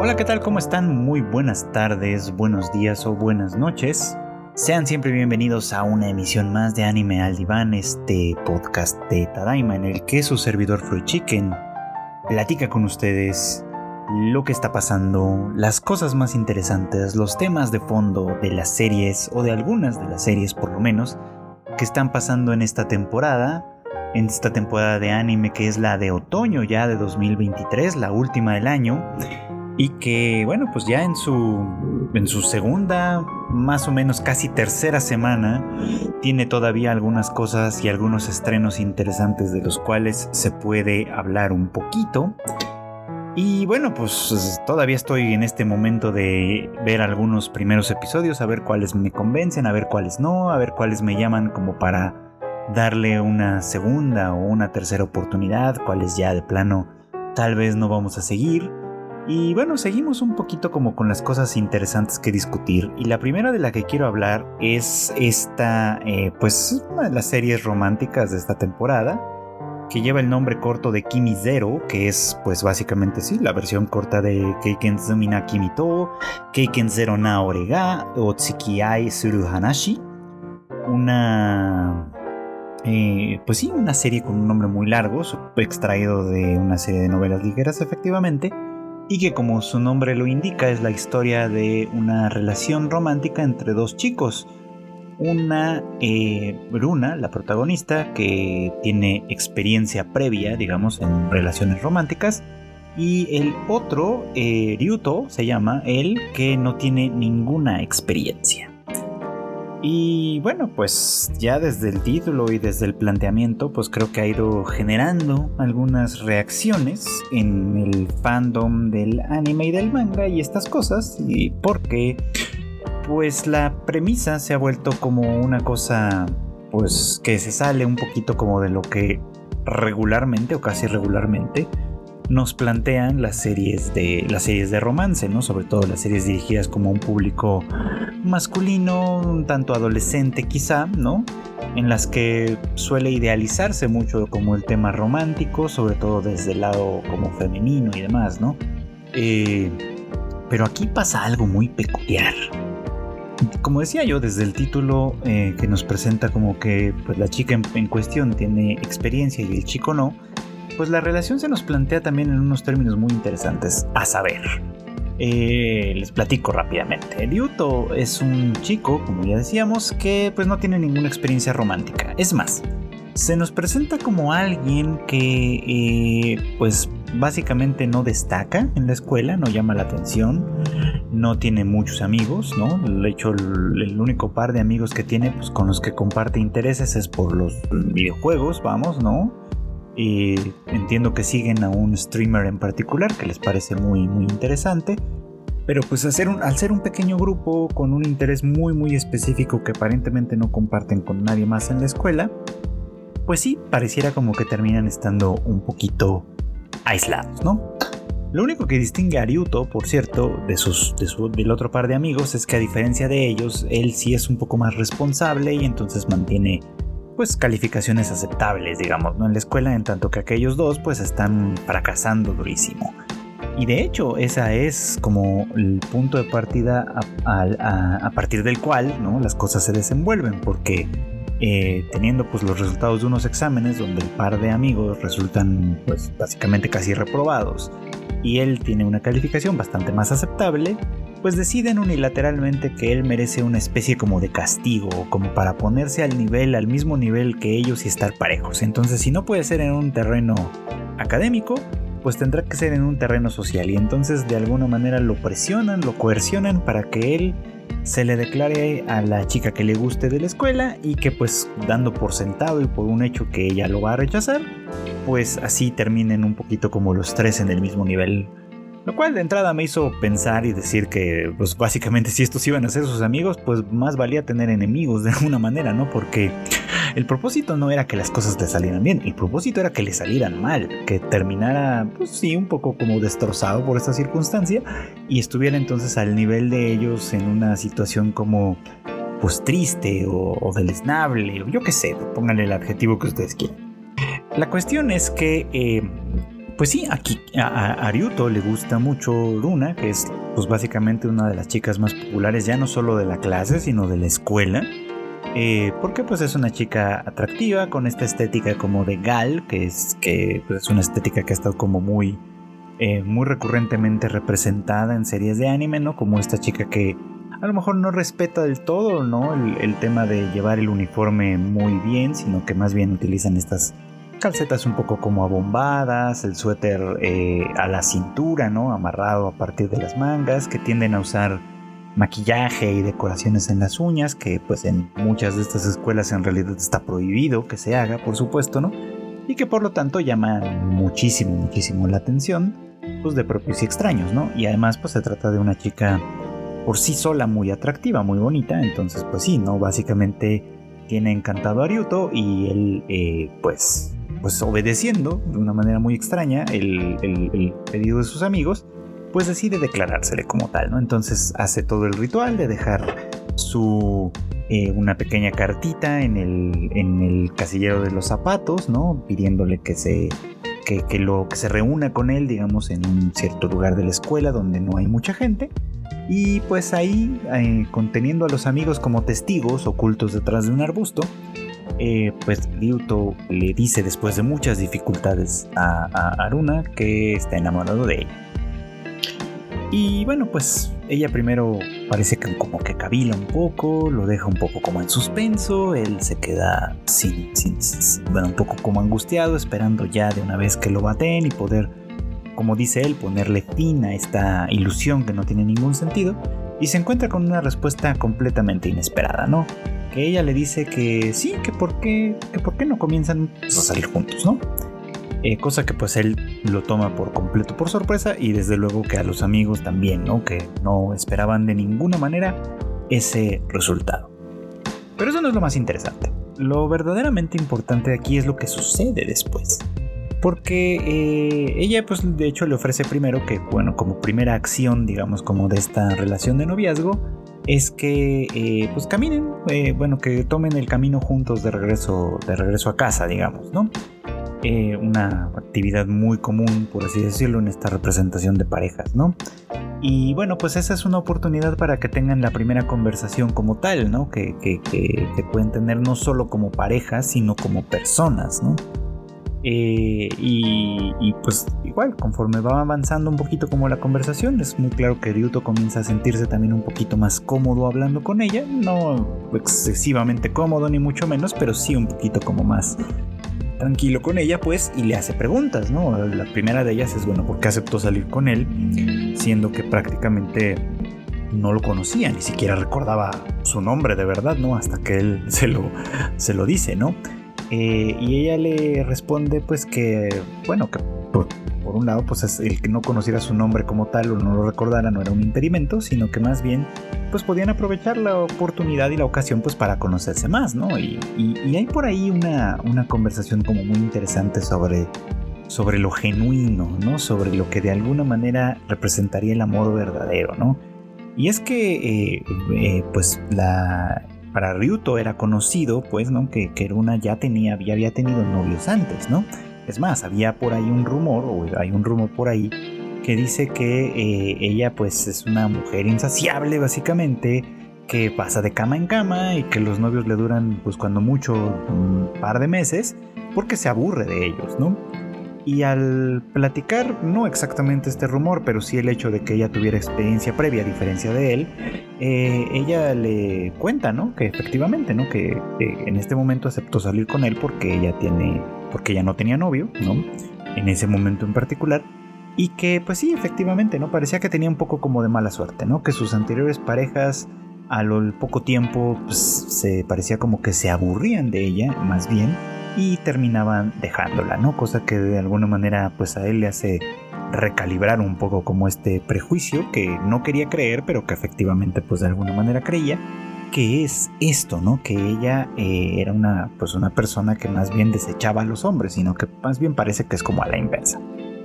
Hola, ¿qué tal? ¿Cómo están? Muy buenas tardes, buenos días o buenas noches. Sean siempre bienvenidos a una emisión más de Anime al Diván, este podcast de Tadaima en el que su servidor Fruit Chicken platica con ustedes lo que está pasando, las cosas más interesantes, los temas de fondo de las series o de algunas de las series por lo menos que están pasando en esta temporada de anime que es la de otoño ya de 2023, la última del año. Y que, bueno, pues ya en su segunda, más o menos casi tercera semana, tiene todavía algunas cosas y algunos estrenos interesantes de los cuales se puede hablar un poquito. Y bueno, pues todavía estoy en este momento de ver algunos primeros episodios, a ver cuáles me convencen, a ver cuáles no, a ver cuáles me llaman como para darle una segunda o una tercera oportunidad, cuáles ya de plano tal vez no vamos a seguir. Y bueno, seguimos un poquito como con las cosas interesantes que discutir. Y la primera de la que quiero hablar es esta, pues una de las series románticas de esta temporada, que lleva el nombre corto de Kimi Zero, que es pues básicamente sí, la versión corta de Keiken Zumi na Kimi to Keiken Zero na Ore ga Otsukiai Suru Hanashi. Pues sí, una serie con un nombre muy largo, extraído de una serie de novelas ligeras efectivamente. Y que como su nombre lo indica es la historia de una relación romántica entre dos chicos. Una, Bruna, la protagonista, que tiene experiencia previa, digamos, en relaciones románticas. Y el otro, Ryuto, se llama, él que no tiene ninguna experiencia. Y bueno, pues ya desde el título y desde el planteamiento, pues creo que ha ido generando algunas reacciones en el fandom del anime y del manga y estas cosas, y porque pues la premisa se ha vuelto como una cosa pues que se sale un poquito como de lo que regularmente o casi regularmente nos plantean las series de romance, ¿no? Sobre todo las series dirigidas como a un público masculino, un tanto adolescente quizá, ¿no? En las que suele idealizarse mucho como el tema romántico, sobre todo desde el lado como femenino y demás, ¿no? Pero aquí pasa algo muy peculiar. Como decía yo, desde el título que nos presenta como que pues, la chica en cuestión tiene experiencia y el chico no, pues la relación se nos plantea también en unos términos muy interesantes, a saber. Les platico rápidamente. Ryuto es un chico, como ya decíamos, que pues no tiene ninguna experiencia romántica. Es más, se nos presenta como alguien que pues básicamente no destaca en la escuela, no llama la atención, no tiene muchos amigos, ¿no? De hecho, el único par de amigos que tiene, pues con los que comparte intereses es por los videojuegos, vamos, ¿no? Y entiendo que siguen a un streamer en particular que les parece muy, muy interesante. Pero pues al ser un pequeño grupo con un interés muy, muy específico que aparentemente no comparten con nadie más en la escuela, pues sí, pareciera como que terminan estando un poquito aislados, ¿no? Lo único que distingue a Ryuto, por cierto, del otro par de amigos es que a diferencia de ellos, él sí es un poco más responsable y entonces mantiene pues calificaciones aceptables, digamos, ¿no? En la escuela, en tanto que aquellos dos pues están fracasando durísimo. Y de hecho, esa es como el punto de partida a partir del cual, ¿no? Las cosas se desenvuelven, porque teniendo pues los resultados de unos exámenes donde el par de amigos resultan pues básicamente casi reprobados y él tiene una calificación bastante más aceptable, pues deciden unilateralmente que él merece una especie como de castigo, como para ponerse al mismo nivel que ellos y estar parejos. Entonces, si no puede ser en un terreno académico, pues tendrá que ser en un terreno social. Y entonces de alguna manera lo presionan, lo coercionan para que él se le declare a la chica que le guste de la escuela y que pues dando por sentado y por un hecho que ella lo va a rechazar, pues así terminen un poquito como los tres en el mismo nivel. Lo cual de entrada me hizo pensar y decir que pues básicamente si estos iban a ser sus amigos, pues más valía tener enemigos de alguna manera, ¿no? Porque el propósito no era que las cosas le salieran bien, el propósito era que le salieran mal, que terminara pues sí un poco como destrozado por esta circunstancia y estuviera entonces al nivel de ellos en una situación como pues triste o deleznable, o yo qué sé, pónganle el adjetivo que ustedes quieran. La cuestión es que Pues sí, aquí a Ryuto le gusta mucho Runa, que es pues básicamente una de las chicas más populares, ya no solo de la clase, sino de la escuela. Porque pues es una chica atractiva, con esta estética como de gal, que pues, es una estética que ha estado como muy recurrentemente representada en series de anime, ¿no? Como esta chica que a lo mejor no respeta del todo, ¿no? El tema de llevar el uniforme muy bien, sino que más bien utilizan estas calcetas un poco como abombadas, el suéter a la cintura, ¿no? Amarrado a partir de las mangas, que tienden a usar maquillaje y decoraciones en las uñas, que pues en muchas de estas escuelas en realidad está prohibido que se haga, por supuesto, ¿no? Y que por lo tanto llama muchísimo la atención pues de propios y extraños, ¿no? Y además pues se trata de una chica por sí sola muy atractiva, muy bonita, entonces pues sí, ¿no? Básicamente tiene encantado a Ryuto y él pues obedeciendo de una manera muy extraña el pedido de sus amigos, pues decide declarársele como tal, ¿no? Entonces hace todo el ritual de dejar una pequeña cartita en el casillero de los zapatos, ¿no? Pidiéndole que se reúna con él, digamos, en un cierto lugar de la escuela donde no hay mucha gente. Y pues ahí, conteniendo a los amigos como testigos ocultos detrás de un arbusto, pues Ryuto le dice después de muchas dificultades a Runa que está enamorado de ella. Y bueno, pues ella primero parece que como que cavila un poco, lo deja un poco como en suspenso, él se queda un poco como angustiado, esperando ya de una vez que lo baten y poder, como dice él, ponerle fin a esta ilusión que no tiene ningún sentido, y se encuentra con una respuesta completamente inesperada, ¿no? Que ella le dice que sí, que por qué no comienzan a salir juntos, ¿no? Cosa que pues él lo toma por completo por sorpresa, y desde luego que a los amigos también, ¿no? Que no esperaban de ninguna manera ese resultado. Pero eso no es lo más interesante. Lo verdaderamente importante aquí es lo que sucede después. Porque ella pues de hecho le ofrece primero que, bueno, como primera acción, digamos, como de esta relación de noviazgo, es que pues caminen, que tomen el camino juntos de regreso a casa, digamos, ¿no? Una actividad muy común, por así decirlo, en esta representación de parejas, ¿no? Y bueno, pues esa es una oportunidad para que tengan la primera conversación como tal, ¿no? Que pueden tener no solo como parejas, sino como personas, ¿no? Y pues igual, conforme va avanzando un poquito como la conversación, es muy claro que Ryuto comienza a sentirse también un poquito más cómodo hablando con ella, no excesivamente cómodo ni mucho menos, pero sí un poquito como más tranquilo con ella, pues, y le hace preguntas, ¿no? La primera de ellas es, bueno, ¿por qué aceptó salir con él? Siendo que prácticamente no lo conocía, ni siquiera recordaba su nombre de verdad, ¿no? Hasta que él se lo dice, ¿no? Y ella le responde, pues, que, bueno, que por un lado, pues el que no conociera su nombre como tal o no lo recordara no era un impedimento, sino que más bien pues podían aprovechar la oportunidad y la ocasión pues para conocerse más, ¿no? Y hay por ahí una conversación como muy interesante sobre lo genuino, ¿no? Sobre lo que de alguna manera representaría el amor verdadero, ¿no? Y es que pues para Ryuto era conocido, pues, ¿no? Que Runa ya había tenido novios antes, ¿no? Es más, había por ahí un rumor, o hay un rumor por ahí, que dice que ella pues es una mujer insaciable básicamente, que pasa de cama en cama y que los novios le duran pues cuando mucho un par de meses porque se aburre de ellos, ¿no? Y al platicar, no exactamente este rumor, pero sí el hecho de que ella tuviera experiencia previa a diferencia de él, ella le cuenta, ¿no? Que efectivamente, ¿no? Que en este momento aceptó salir con él porque ella no tenía novio, ¿no? En ese momento en particular. Y que pues sí, efectivamente, ¿no? Parecía que tenía un poco como de mala suerte, ¿no? Que sus anteriores parejas a lo poco tiempo pues, se parecía como que se aburrían de ella, más bien, y terminaban dejándola, ¿no? Cosa que de alguna manera pues a él le hace recalibrar un poco como este prejuicio que no quería creer, pero que efectivamente pues de alguna manera creía, que es esto, ¿no? Que ella era una persona que más bien desechaba a los hombres, sino que más bien parece que es como a la inversa.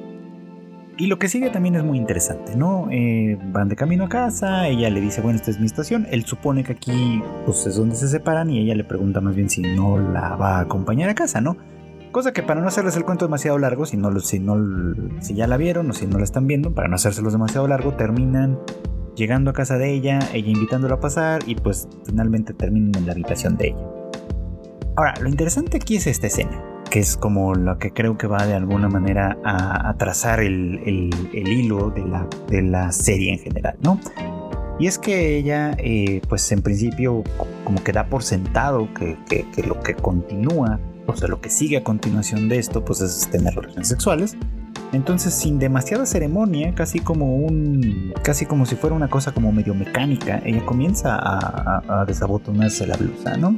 Y lo que sigue también es muy interesante, ¿no? Van de camino a casa, ella le dice, bueno, esta es mi estación. Él supone que aquí pues es donde se separan y ella le pregunta más bien si no la va a acompañar a casa, ¿no? Cosa que, para no hacerles el cuento demasiado largo, si ya la vieron o si no la están viendo, para no hacérselos demasiado largo, terminan llegando a casa de ella invitándola a pasar, y pues finalmente terminan en la habitación de ella. Ahora, lo interesante aquí es esta escena, que es como lo que creo que va de alguna manera a trazar el hilo de la serie en general, ¿no? Y es que ella, pues en principio, como que da por sentado que lo que continúa, o sea, lo que sigue a continuación de esto, pues es tener relaciones sexuales. Entonces, sin demasiada ceremonia, casi como si fuera una cosa como medio mecánica, ella comienza a desabotonarse la blusa, ¿no?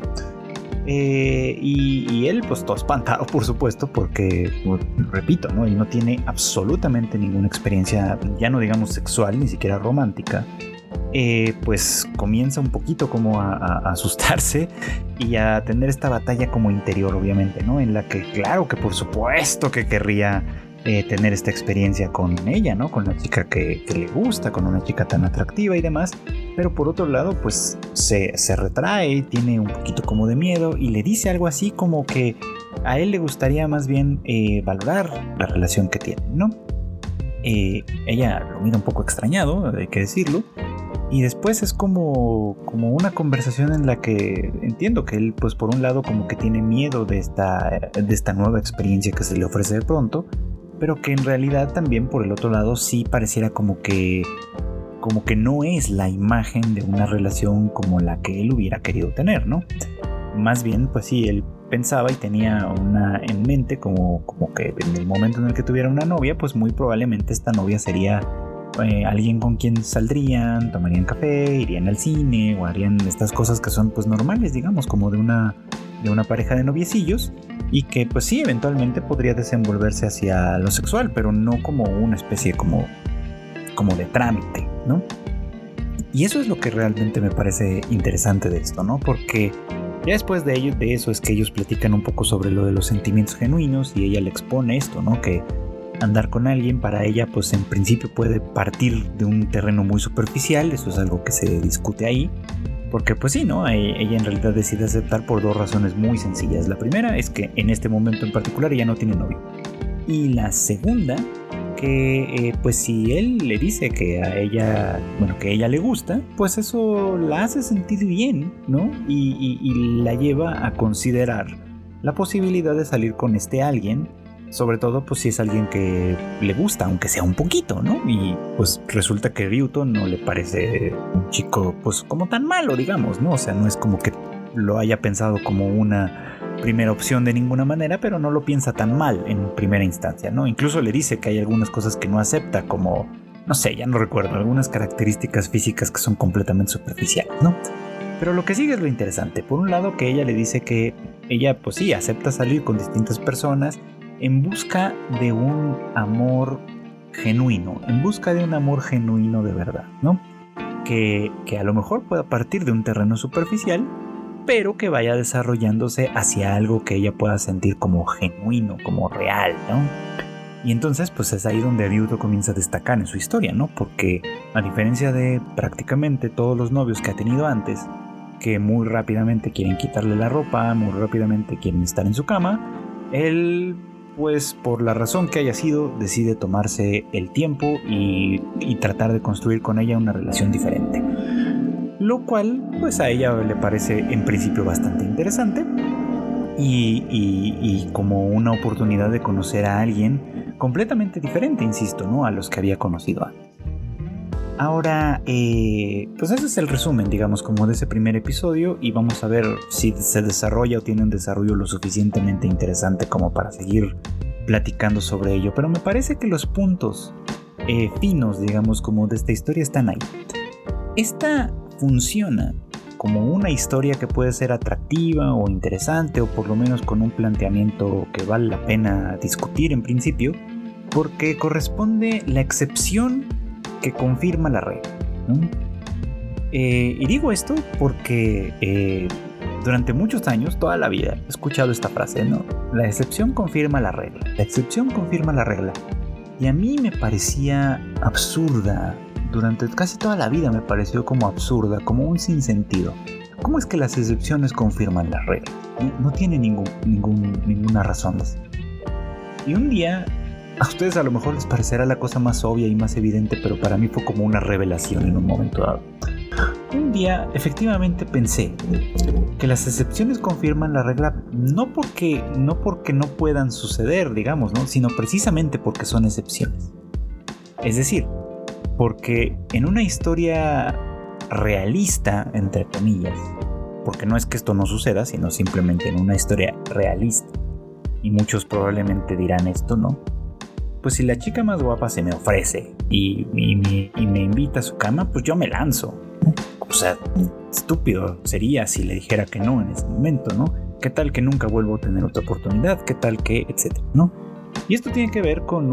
Y él, pues todo espantado, por supuesto, porque, repito, ¿no? Él no tiene absolutamente ninguna experiencia, ya no digamos sexual, ni siquiera romántica. Pues comienza un poquito como a asustarse y a tener esta batalla como interior, obviamente, ¿no? En la que, claro que por supuesto que querría tener esta experiencia con ella, ¿no? Con la chica que le gusta, con una chica tan atractiva y demás. Pero por otro lado, pues se retrae, tiene un poquito como de miedo y le dice algo así como que a él le gustaría más bien valorar la relación que tiene, ¿no? Ella lo mira un poco extrañado, hay que decirlo. Y después es como una conversación en la que entiendo que él, pues por un lado, como que tiene miedo de esta nueva experiencia que se le ofrece de pronto, pero que en realidad también por el otro lado sí pareciera como que no es la imagen de una relación como la que él hubiera querido tener, ¿no? Más bien, pues sí, él pensaba y tenía una en mente como que en el momento en el que tuviera una novia, pues muy probablemente esta novia sería alguien con quien saldrían, tomarían café, irían al cine o harían estas cosas que son pues normales, digamos, como de una pareja de noviecillos, y que pues sí, eventualmente podría desenvolverse hacia lo sexual, pero no como una especie como de trámite, ¿no? Y eso es lo que realmente me parece interesante de esto, ¿no? Porque ya después de eso es que ellos platican un poco sobre lo de los sentimientos genuinos, y ella le expone esto, ¿no? Que andar con alguien para ella, pues en principio puede partir de un terreno muy superficial. Eso es algo que se discute ahí, porque pues sí, ¿no? Ella en realidad decide aceptar por dos razones muy sencillas. La primera es que en este momento en particular ella no tiene novio, y la segunda, que pues si él le dice que a ella, bueno, que a ella le gusta, pues eso la hace sentir bien, ¿no? Y la lleva a considerar la posibilidad de salir con este alguien, sobre todo pues si es alguien que le gusta, aunque sea un poquito, ¿no? Y pues resulta que Ryuto no le parece un chico pues como tan malo, digamos, ¿no? O sea, no es como que lo haya pensado como una primera opción de ninguna manera, pero no lo piensa tan mal en primera instancia, ¿no? Incluso le dice que hay algunas cosas que no acepta, como, no sé, ya no recuerdo, algunas características físicas que son completamente superficiales, ¿no? Pero lo que sigue es lo interesante. Por un lado, que ella le dice que ella pues sí acepta salir con distintas personas en busca de un amor genuino, de verdad, ¿no? Que a lo mejor pueda partir de un terreno superficial, pero que vaya desarrollándose hacia algo que ella pueda sentir como genuino, como real, ¿no? Y entonces pues es ahí donde Ryuto comienza a destacar en su historia, ¿no? Porque a diferencia de prácticamente todos los novios que ha tenido antes, que muy rápidamente quieren quitarle la ropa, muy rápidamente quieren estar en su cama, él, pues por la razón que haya sido, decide tomarse el tiempo y tratar de construir con ella una relación diferente. Lo cual pues a ella le parece en principio bastante interesante y como una oportunidad de conocer a alguien completamente diferente, insisto, ¿no? A los que había conocido antes. Ahora, pues ese es el resumen, digamos, como de ese primer episodio, y vamos a ver si se desarrolla o tiene un desarrollo lo suficientemente interesante como para seguir platicando sobre ello. Pero me parece que los puntos finos, digamos, como de esta historia están ahí. Esta funciona como una historia que puede ser atractiva o interesante, o por lo menos con un planteamiento que vale la pena discutir en principio, porque corresponde la excepción que confirma la regla, ¿no? Y digo esto porque durante muchos años, toda la vida, he escuchado esta frase, ¿no? La excepción confirma la regla. La excepción confirma la regla. Y a mí me parecía absurda. Durante casi toda la vida me pareció como absurda, como un sinsentido. ¿cómo es que las excepciones confirman las reglas? No tiene ninguna razón. Y un día, a ustedes a lo mejor les parecerá la cosa más obvia y más evidente, pero para mí fue como una revelación en un momento dado. Un día, efectivamente pensé que las excepciones confirman la regla no porque no puedan suceder, digamos, ¿no? Sino precisamente porque son excepciones. Es decir, porque en una historia realista, entre comillas, porque no es que esto no suceda, sino simplemente en una historia realista, y muchos probablemente dirán esto, ¿no? Pues si la chica más guapa se me ofrece y me invita a su cama, pues yo me lanzo. O sea, estúpido sería si le dijera que no en ese momento, ¿no? ¿Qué tal que nunca vuelvo a tener otra oportunidad? ¿Qué tal que, etcétera, ¿no? Y esto tiene que ver con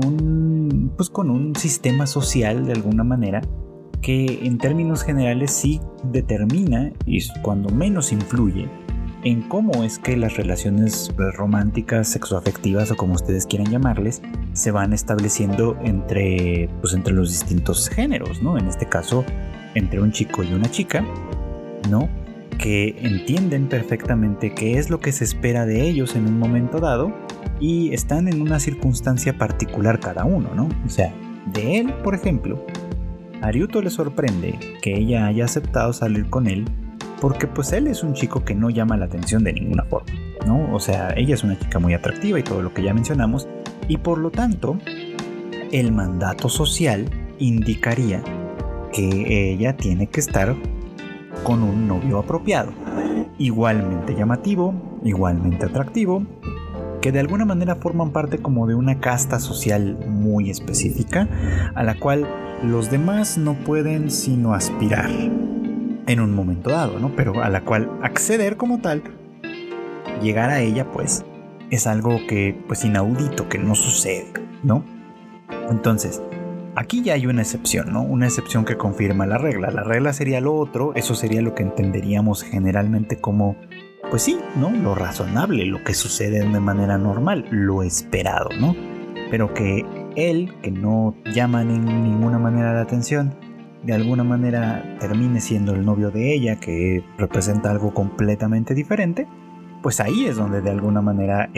un sistema social de alguna manera que en términos generales sí determina y cuando menos influye en cómo es que las relaciones románticas, sexoafectivas o como ustedes quieran llamarles, se van estableciendo entre los distintos géneros, ¿no? En este caso, entre un chico y una chica, ¿no? Que entienden perfectamente qué es lo que se espera de ellos en un momento dado y están en una circunstancia particular cada uno, ¿no? O sea, de él, por ejemplo, a Ryuto le sorprende que ella haya aceptado salir con él porque pues él es un chico que no llama la atención de ninguna forma, ¿no? O sea, ella es una chica muy atractiva y todo lo que ya mencionamos, y por lo tanto, el mandato social indicaría que ella tiene que estar con un novio apropiado, igualmente llamativo, igualmente atractivo, que de alguna manera forman parte como de una casta social muy específica, a la cual los demás no pueden sino aspirar en un momento dado, ¿no? Pero a la cual acceder como tal, llegar a ella, pues, es algo que, pues, inaudito, que no sucede, ¿no? Entonces, aquí ya hay una excepción, ¿no? Una excepción que confirma la regla. La regla sería lo otro, eso sería lo que entenderíamos generalmente como, pues sí, ¿no? Lo razonable, lo que sucede de manera normal, lo esperado, ¿no? Pero que él, que no llama en ninguna manera la atención, de alguna manera termine siendo el novio de ella, que representa algo completamente diferente, pues ahí es donde de alguna manera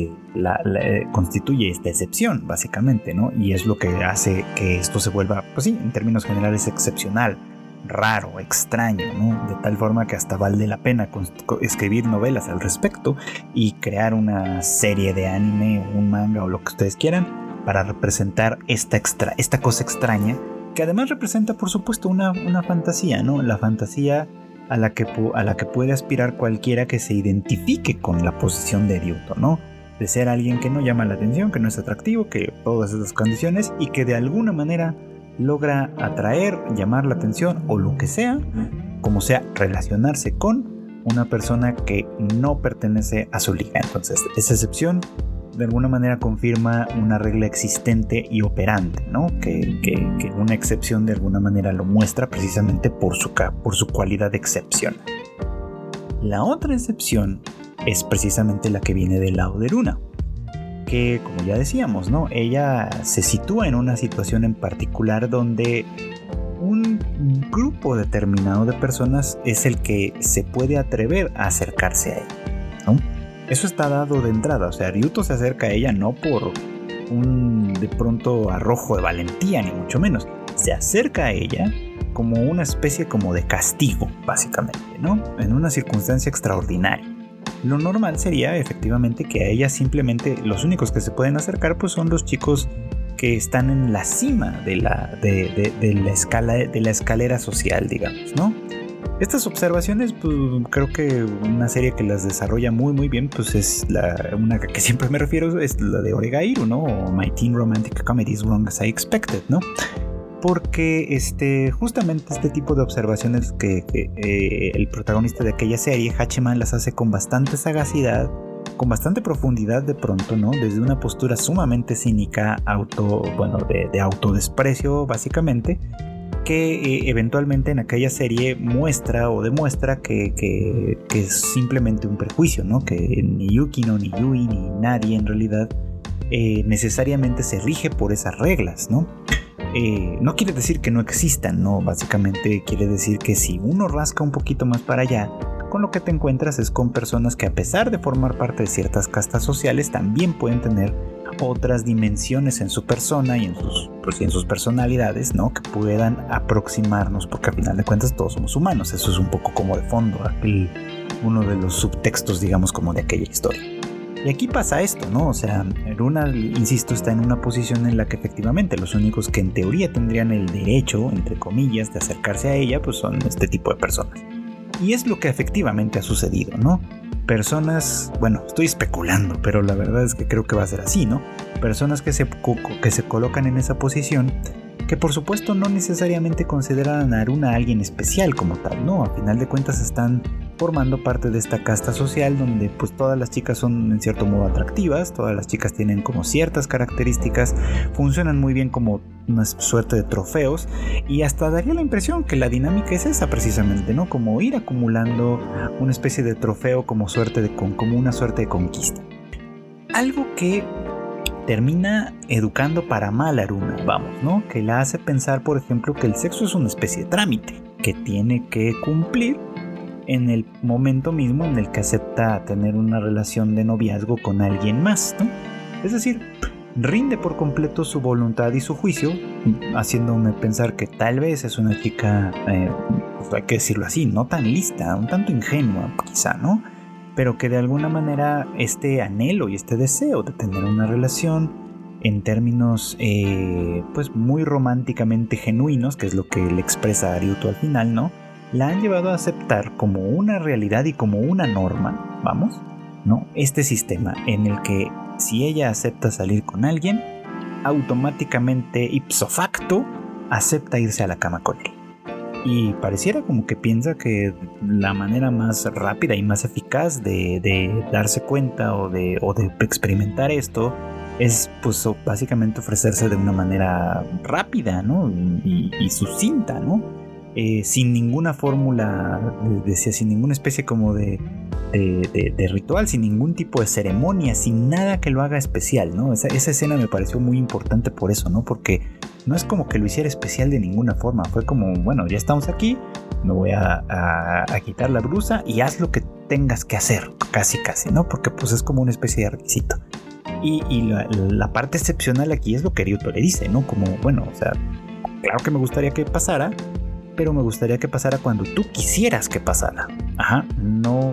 constituye esta excepción, básicamente, ¿no? Y es lo que hace que esto se vuelva, pues sí, en términos generales excepcional, raro, extraño, ¿no? De tal forma que hasta vale la pena escribir novelas al respecto y crear una serie de anime, un manga o lo que ustedes quieran para representar esta cosa extraña, que además representa, por supuesto, una fantasía, ¿no? La fantasía a la que puede aspirar cualquiera que se identifique con la posición de Ryuto, ¿no? De ser alguien que no llama la atención, que no es atractivo, que todas esas condiciones, y que de alguna manera logra atraer, llamar la atención o lo que sea, como sea, relacionarse con una persona que no pertenece a su liga. Entonces, esa excepción de alguna manera confirma una regla existente y operante, ¿no? Que una excepción de alguna manera lo muestra precisamente por su cualidad de excepción. La otra excepción es precisamente la que viene del lado de Runa, que, como ya decíamos, ¿no? Ella se sitúa en una situación en particular donde un grupo determinado de personas es el que se puede atrever a acercarse a ella, ¿no? Eso está dado de entrada, o sea, Ryuto se acerca a ella no por un de pronto arrojo de valentía, ni mucho menos. Se acerca a ella como una especie como de castigo, básicamente, ¿no? En una circunstancia extraordinaria. Lo normal sería efectivamente que a ella simplemente los únicos que se pueden acercar pues son los chicos que están en la cima de la escalera social, digamos, ¿no? Estas observaciones, pues creo que una serie que las desarrolla muy muy bien, pues es una que siempre me refiero, es la de Oregairu, ¿no? O My Teen Romantic Comedy is Wrong as I Expected, ¿no? Porque justamente este tipo de observaciones que el protagonista de aquella serie, Hachiman, las hace con bastante sagacidad, con bastante profundidad de pronto, ¿no? Desde una postura sumamente cínica, de autodesprecio, básicamente, que eventualmente en aquella serie muestra o demuestra que es simplemente un prejuicio, ¿no? Que ni Yukino, ni Yui, ni nadie en realidad necesariamente se rige por esas reglas, ¿no? No quiere decir que no existan, ¿no? Básicamente quiere decir que si uno rasca un poquito más para allá, con lo que te encuentras es con personas que, a pesar de formar parte de ciertas castas sociales, también pueden tener otras dimensiones en su persona y en sus personalidades, ¿no? Que puedan aproximarnos, porque al final de cuentas todos somos humanos. Eso es un poco como de fondo, uno de los subtextos, digamos, como de aquella historia. Y aquí pasa esto, ¿no? O sea, Runa, insisto, está en una posición en la que efectivamente los únicos que en teoría tendrían el derecho, entre comillas, de acercarse a ella, pues son este tipo de personas. Y es lo que efectivamente ha sucedido, ¿no? Personas, bueno, estoy especulando, pero la verdad es que creo que va a ser así, ¿no? Personas que se colocan en esa posición, que por supuesto no necesariamente consideran a Runa alguien especial como tal, ¿no? A final de cuentas están formando parte de esta casta social donde pues todas las chicas son en cierto modo atractivas, todas las chicas tienen como ciertas características, funcionan muy bien como una suerte de trofeos, y hasta daría la impresión que la dinámica es esa precisamente, ¿no? Como ir acumulando una especie de trofeo como una suerte de conquista. Algo que termina educando para mal a Runa, vamos, ¿no? Que la hace pensar, por ejemplo, que el sexo es una especie de trámite que tiene que cumplir en el momento mismo en el que acepta tener una relación de noviazgo con alguien más, ¿no? Es decir, rinde por completo su voluntad y su juicio, haciéndome pensar que tal vez es una chica, pues hay que decirlo así, no tan lista, un tanto ingenua quizá, ¿no? Pero que de alguna manera este anhelo y este deseo de tener una relación en términos pues muy románticamente genuinos, que es lo que le expresa a Ryuto al final, ¿no? La han llevado a aceptar como una realidad y como una norma, vamos, ¿no? Este sistema en el que si ella acepta salir con alguien, automáticamente, ipso facto, acepta irse a la cama con él. Y pareciera como que piensa que la manera más rápida y más eficaz de darse cuenta o de experimentar esto es pues básicamente ofrecerse de una manera rápida, ¿no? Y sucinta, ¿no? Sin ninguna fórmula, decía, sin ninguna especie como de ritual, sin ningún tipo de ceremonia, sin nada que lo haga especial, ¿no? Esa escena me pareció muy importante por eso, ¿no? Porque no es como que lo hiciera especial de ninguna forma, fue como, bueno, ya estamos aquí, me voy a quitar la blusa y haz lo que tengas que hacer, casi, ¿no? Porque pues es como una especie de requisito. Y la parte excepcional aquí es lo que Ryuto le dice, ¿no? Como, bueno, o sea, claro que me gustaría que pasara, pero me gustaría que pasara cuando tú quisieras que pasara. Ajá, no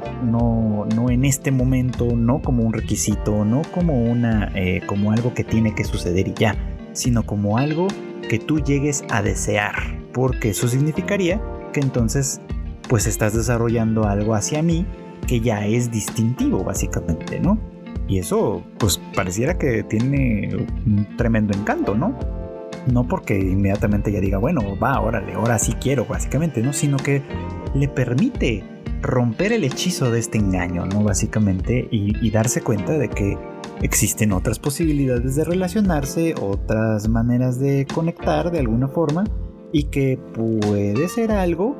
en este momento, no como un requisito, no como como algo que tiene que suceder y ya, sino como algo que tú llegues a desear, porque eso significaría que entonces pues estás desarrollando algo hacia mí que ya es distintivo básicamente, ¿no? Y eso pues pareciera que tiene un tremendo encanto, ¿no? No porque inmediatamente ya diga, bueno, va, órale, ahora sí quiero, básicamente, ¿no? Sino que le permite romper el hechizo de este engaño, ¿no? Básicamente, y darse cuenta de que existen otras posibilidades de relacionarse, otras maneras de conectar de alguna forma, y que puede ser algo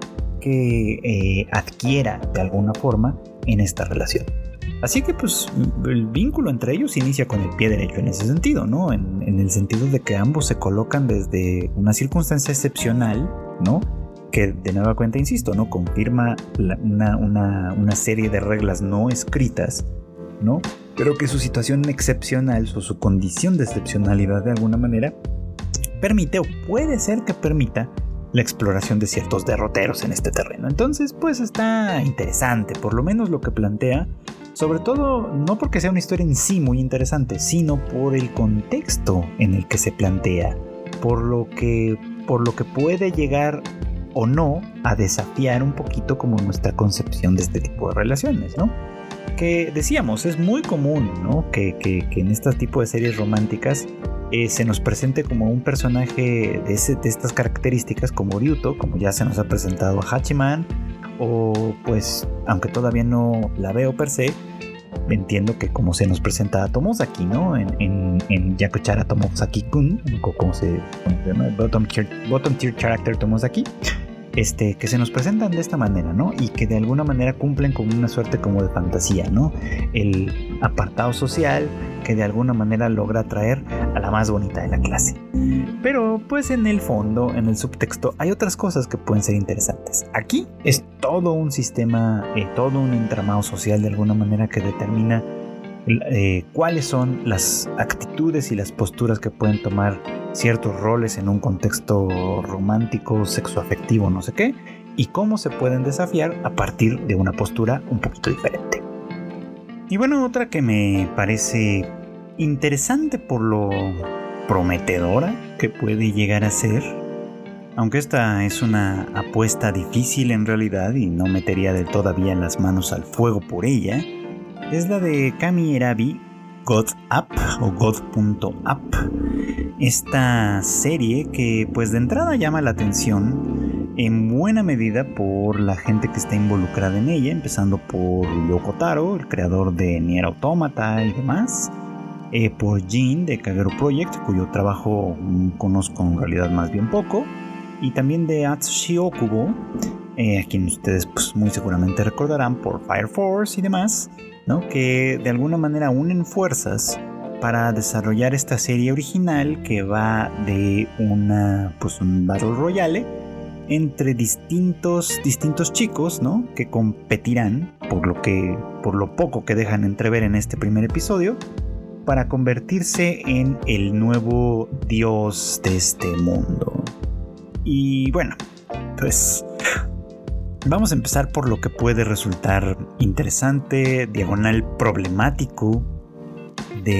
que adquiera de alguna forma en esta relación. Así que pues el vínculo entre ellos inicia con el pie derecho en ese sentido, ¿no? En el sentido de que ambos se colocan desde una circunstancia excepcional, ¿no? Que de nueva cuenta, insisto, ¿no? Confirma una serie de reglas no escritas, ¿no? Pero que su situación excepcional o su condición de excepcionalidad de alguna manera permite o puede ser que permita la exploración de ciertos derroteros en este terreno. Entonces pues está interesante, por lo menos lo que plantea. Sobre todo, no porque sea una historia en sí muy interesante, sino por el contexto en el que se plantea, por lo que puede llegar o no a desafiar un poquito como nuestra concepción de este tipo de relaciones, ¿no? Que decíamos, es muy común, ¿no? Que en este tipo de series románticas se nos presente como un personaje de estas características como Ryuto, como ya se nos ha presentado a Hachiman, o pues, aunque todavía no la veo per se, entiendo que como se nos presenta a Tomozaki, ¿no? En Yakuchara Tomozaki-kun, ¿cómo se llama? Bottom tier character Tomozaki, que se nos presentan de esta manera, ¿no? Y que de alguna manera cumplen con una suerte como de fantasía, ¿no? El apartado social que de alguna manera logra atraer a la más bonita de la clase. Pero pues en el fondo, en el subtexto, hay otras cosas que pueden ser interesantes. Aquí es todo un sistema, todo un entramado social de alguna manera que determina cuáles son las actitudes y las posturas que pueden tomar ciertos roles en un contexto romántico, sexoafectivo, no sé qué, y cómo se pueden desafiar a partir de una postura un poquito diferente. Y bueno, otra que me parece interesante por lo prometedora que puede llegar a ser, aunque esta es una apuesta difícil en realidad y no metería del todavía las manos al fuego por ella, es la de Kami Erabi God Up o God.up. Esta serie que pues de entrada llama la atención en buena medida por la gente que está involucrada en ella, empezando por Yoko Taro, el creador de Nier Automata y demás, por Jin de Kagero Project, cuyo trabajo conozco en realidad más bien poco, y también de Atsushi Okubo, a quien ustedes pues muy seguramente recordarán por Fire Force y demás, ¿no? Que de alguna manera unen fuerzas para desarrollar esta serie original que va de un Battle Royale entre distintos chicos, ¿no? Que competirán por lo poco que dejan entrever en este primer episodio para convertirse en el nuevo dios de este mundo. Y bueno, pues vamos a empezar por lo que puede resultar interesante, diagonal problemático de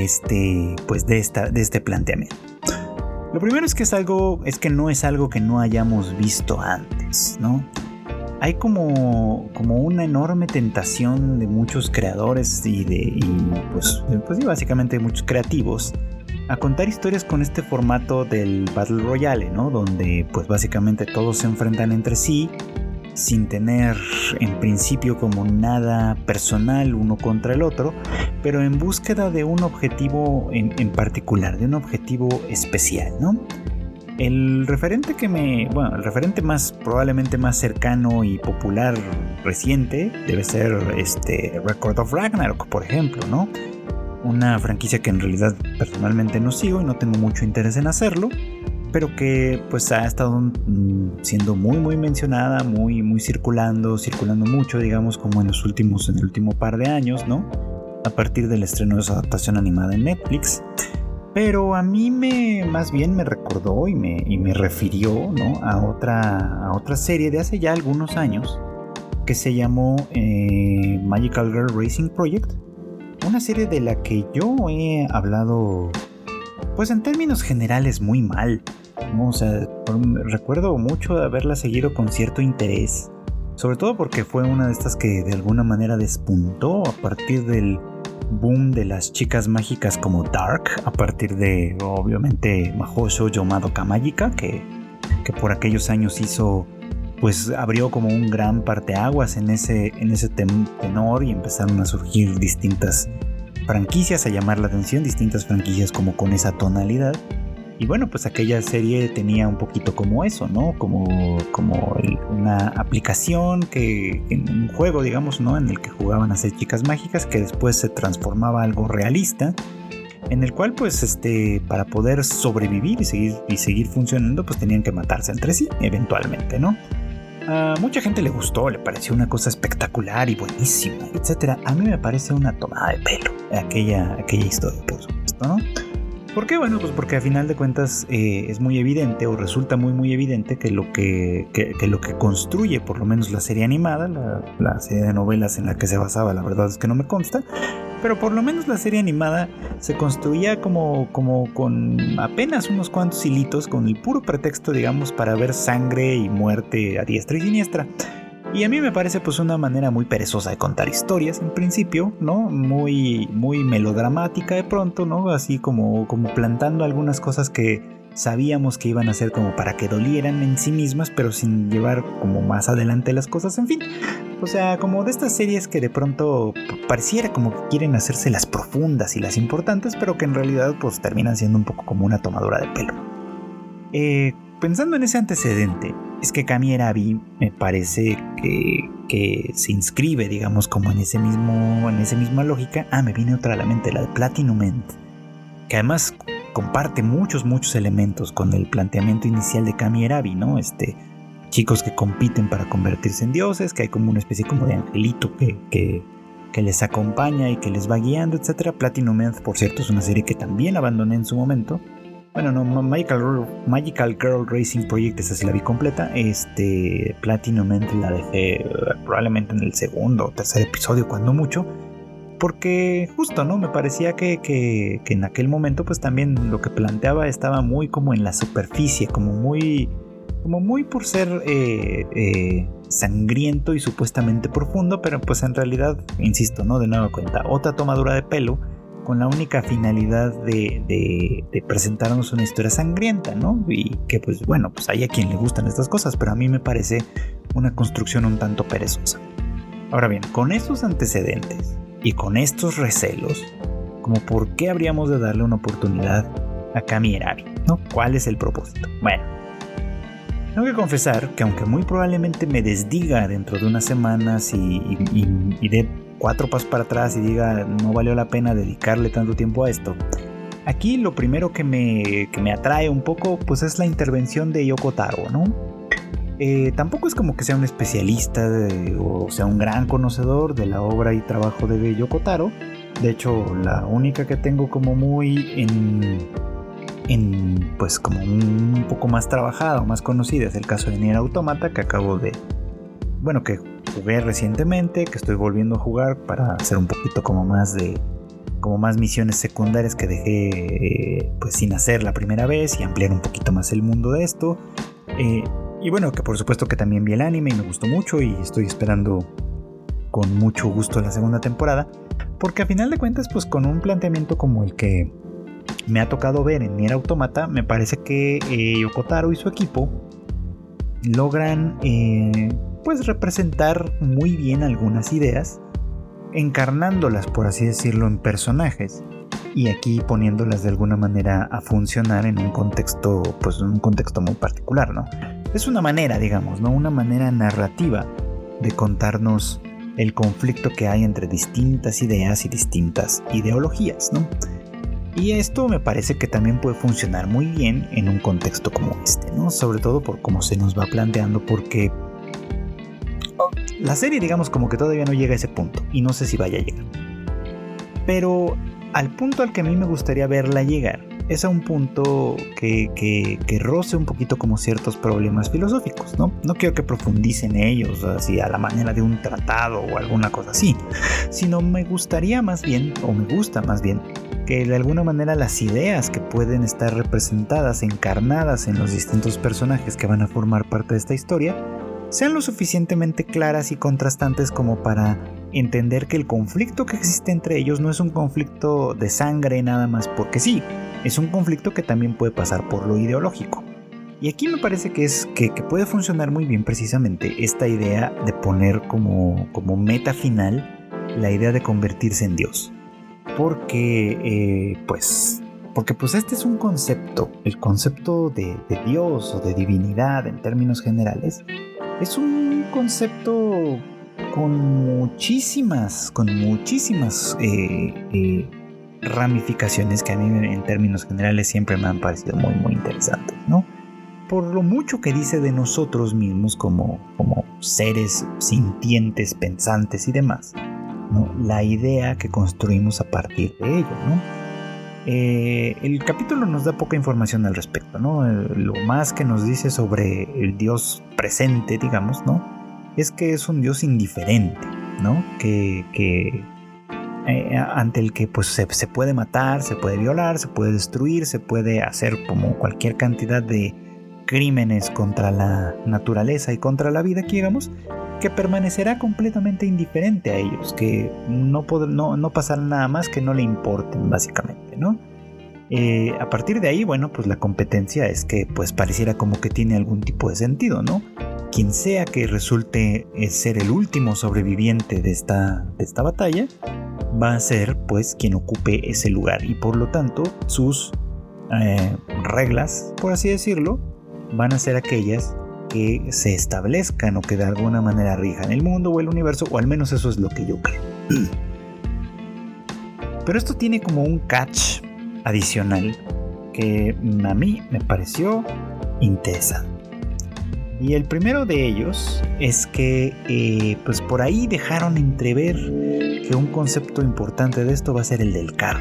este planteamiento. Lo primero es que no es algo que no hayamos visto antes, ¿no? Hay como una enorme tentación de muchos creadores y básicamente de muchos creativos a contar historias con este formato del Battle Royale, ¿no? Donde pues básicamente todos se enfrentan entre sí sin tener en principio como nada personal uno contra el otro, pero en búsqueda de un objetivo en particular, de un objetivo especial, ¿no? El referente probablemente más cercano y popular reciente debe ser Record of Ragnarok, por ejemplo, ¿no? Una franquicia que en realidad personalmente no sigo y no tengo mucho interés en hacerlo, pero que pues ha estado siendo muy muy mencionada, muy circulando mucho, digamos, como en el último par de años, ¿no? A partir del estreno de su adaptación animada en Netflix. Pero a mí más bien me recordó y me refirió, ¿no? a otra serie de hace ya algunos años que se llamó Magical Girl Racing Project, una serie de la que yo he hablado pues en términos generales muy mal, ¿no? O sea, recuerdo mucho de haberla seguido con cierto interés, sobre todo porque fue una de estas que de alguna manera despuntó a partir del boom de las chicas mágicas como Dark, a partir de obviamente Mahou Shoujo Madoka Mágica, que por aquellos años abrió como un gran parteaguas en ese tenor, y empezaron a surgir distintas franquicias a llamar la atención, distintas franquicias como con esa tonalidad. Y bueno, pues aquella serie tenía un poquito como eso, ¿no? Como una aplicación en un juego, digamos, ¿no? En el que jugaban a ser chicas mágicas, que después se transformaba a algo realista, en el cual pues para poder sobrevivir y seguir funcionando, pues tenían que matarse entre sí eventualmente, ¿no? A mucha gente le gustó, le pareció una cosa espectacular y buenísima, etcétera. A mí me parece una tomada de pelo aquella historia, por supuesto, ¿no? ¿Por qué? Bueno, pues porque a final de cuentas es muy evidente, o resulta muy evidente, que lo que construye por lo menos la serie animada, la serie de novelas en la que se basaba, la verdad es que no me consta, pero por lo menos la serie animada se construía como con apenas unos cuantos hilitos, con el puro pretexto, digamos, para ver sangre y muerte a diestra y siniestra. Y a mí me parece pues una manera muy perezosa de contar historias en principio, ¿no? Muy melodramática de pronto, ¿no? Así como plantando algunas cosas que sabíamos que iban a ser como para que dolieran en sí mismas, pero sin llevar como más adelante las cosas, en fin. O sea, como de estas series que de pronto pareciera como que quieren hacerse las profundas y las importantes, pero que en realidad pues terminan siendo un poco como una tomadura de pelo. Pensando en ese antecedente, es que Kami Erabi me parece que que se inscribe, digamos, como en esa misma lógica. Me viene otra a la mente, la de Platinum End, que además comparte muchos elementos con el planteamiento inicial de Kami Erabi, ¿no? Chicos que compiten para convertirse en dioses, que hay como una especie como de angelito que les acompaña y que les va guiando, etc. Platinum End, por cierto, es una serie que también abandoné en su momento. Bueno, no, Magical Girl Racing Project, esa sí la vi completa. Platinum End la dejé probablemente en el segundo o tercer episodio, cuando mucho. Porque justo, ¿no? Me parecía que en aquel momento pues también lo que planteaba estaba muy como en la superficie, como muy por ser sangriento y supuestamente profundo, pero pues en realidad, insisto, ¿no? De nueva cuenta, otra tomadura de pelo con la única finalidad de presentarnos una historia sangrienta, ¿no? Y que pues bueno, pues hay a quien le gustan estas cosas, pero a mí me parece una construcción un tanto perezosa. Ahora bien, con estos antecedentes y con estos recelos, como por qué habríamos de darle una oportunidad a Kami Erabi, ¿no? ¿Cuál es el propósito? Bueno, tengo que confesar que aunque muy probablemente me desdiga dentro de unas semanas y dé 4 pasos para atrás y diga no valió la pena dedicarle tanto tiempo a esto, aquí lo primero que me atrae un poco pues es la intervención de Yoko Taro, ¿no? Tampoco es como que sea un especialista o sea un gran conocedor de la obra y trabajo de Yoko Taro. De hecho, la única que tengo como muy pues como un poco más trabajada o más conocida es el caso de Nier Automata, que que jugué recientemente, que estoy volviendo a jugar para hacer un poquito como más misiones secundarias que dejé pues sin hacer la primera vez y ampliar un poquito más el mundo de esto. Y bueno, que por supuesto que también vi el anime y me gustó mucho y estoy esperando con mucho gusto la segunda temporada, porque a final de cuentas pues con un planteamiento como el que me ha tocado ver en Nier Automata, me parece que Yoko Taro y su equipo logran pues representar muy bien algunas ideas, encarnándolas, por así decirlo, en personajes, y aquí poniéndolas de alguna manera a funcionar en un contexto muy particular, ¿no? Es una manera, digamos, ¿no? Una manera narrativa de contarnos el conflicto que hay entre distintas ideas y distintas ideologías, ¿no? Y esto me parece que también puede funcionar muy bien en un contexto como este, ¿no? Sobre todo por cómo se nos va planteando, porque la serie, digamos, como que todavía no llega a ese punto, y no sé si vaya a llegar. Pero al punto al que a mí me gustaría verla llegar es a un punto que roce un poquito como ciertos problemas filosóficos, ¿no? No quiero que profundice en ellos así a la manera de un tratado o alguna cosa así, sino me gusta más bien, que de alguna manera las ideas que pueden estar representadas, encarnadas en los distintos personajes que van a formar parte de esta historia, sean lo suficientemente claras y contrastantes como para entender que el conflicto que existe entre ellos no es un conflicto de sangre nada más porque sí, es un conflicto que también puede pasar por lo ideológico. Y aquí me parece que puede funcionar muy bien precisamente esta idea de poner como meta final la idea de convertirse en Dios. Porque este es un concepto, el concepto de Dios o de divinidad en términos generales, es un concepto con muchísimas ramificaciones que a mí en términos generales siempre me han parecido muy muy interesantes, ¿no? Por lo mucho que dice de nosotros mismos como seres sintientes, pensantes y demás, ¿no? La idea que construimos a partir de ello, ¿no? El capítulo nos da poca información al respecto, ¿no? Lo más que nos dice sobre el Dios presente, digamos, ¿no? Es que es un Dios indiferente, ¿no? Ante el que pues se puede matar, se puede violar, se puede destruir, se puede hacer como cualquier cantidad de crímenes contra la naturaleza y contra la vida, digamos, que permanecerá completamente indiferente a ellos, que no pasará nada más que no le importen, básicamente, ¿no? A partir de ahí, bueno, pues la competencia es que pues pareciera como que tiene algún tipo de sentido, ¿no? Quien sea que resulte ser el último sobreviviente de esta batalla va a ser pues quien ocupe ese lugar, y por lo tanto sus reglas, por así decirlo, van a ser aquellas que se establezcan o que de alguna manera rijan el mundo o el universo, o al menos eso es lo que yo creo. Pero esto tiene como un catch adicional que a mí me pareció interesante. Y el primero de ellos es que pues por ahí dejaron entrever que un concepto importante de esto va a ser el del karma.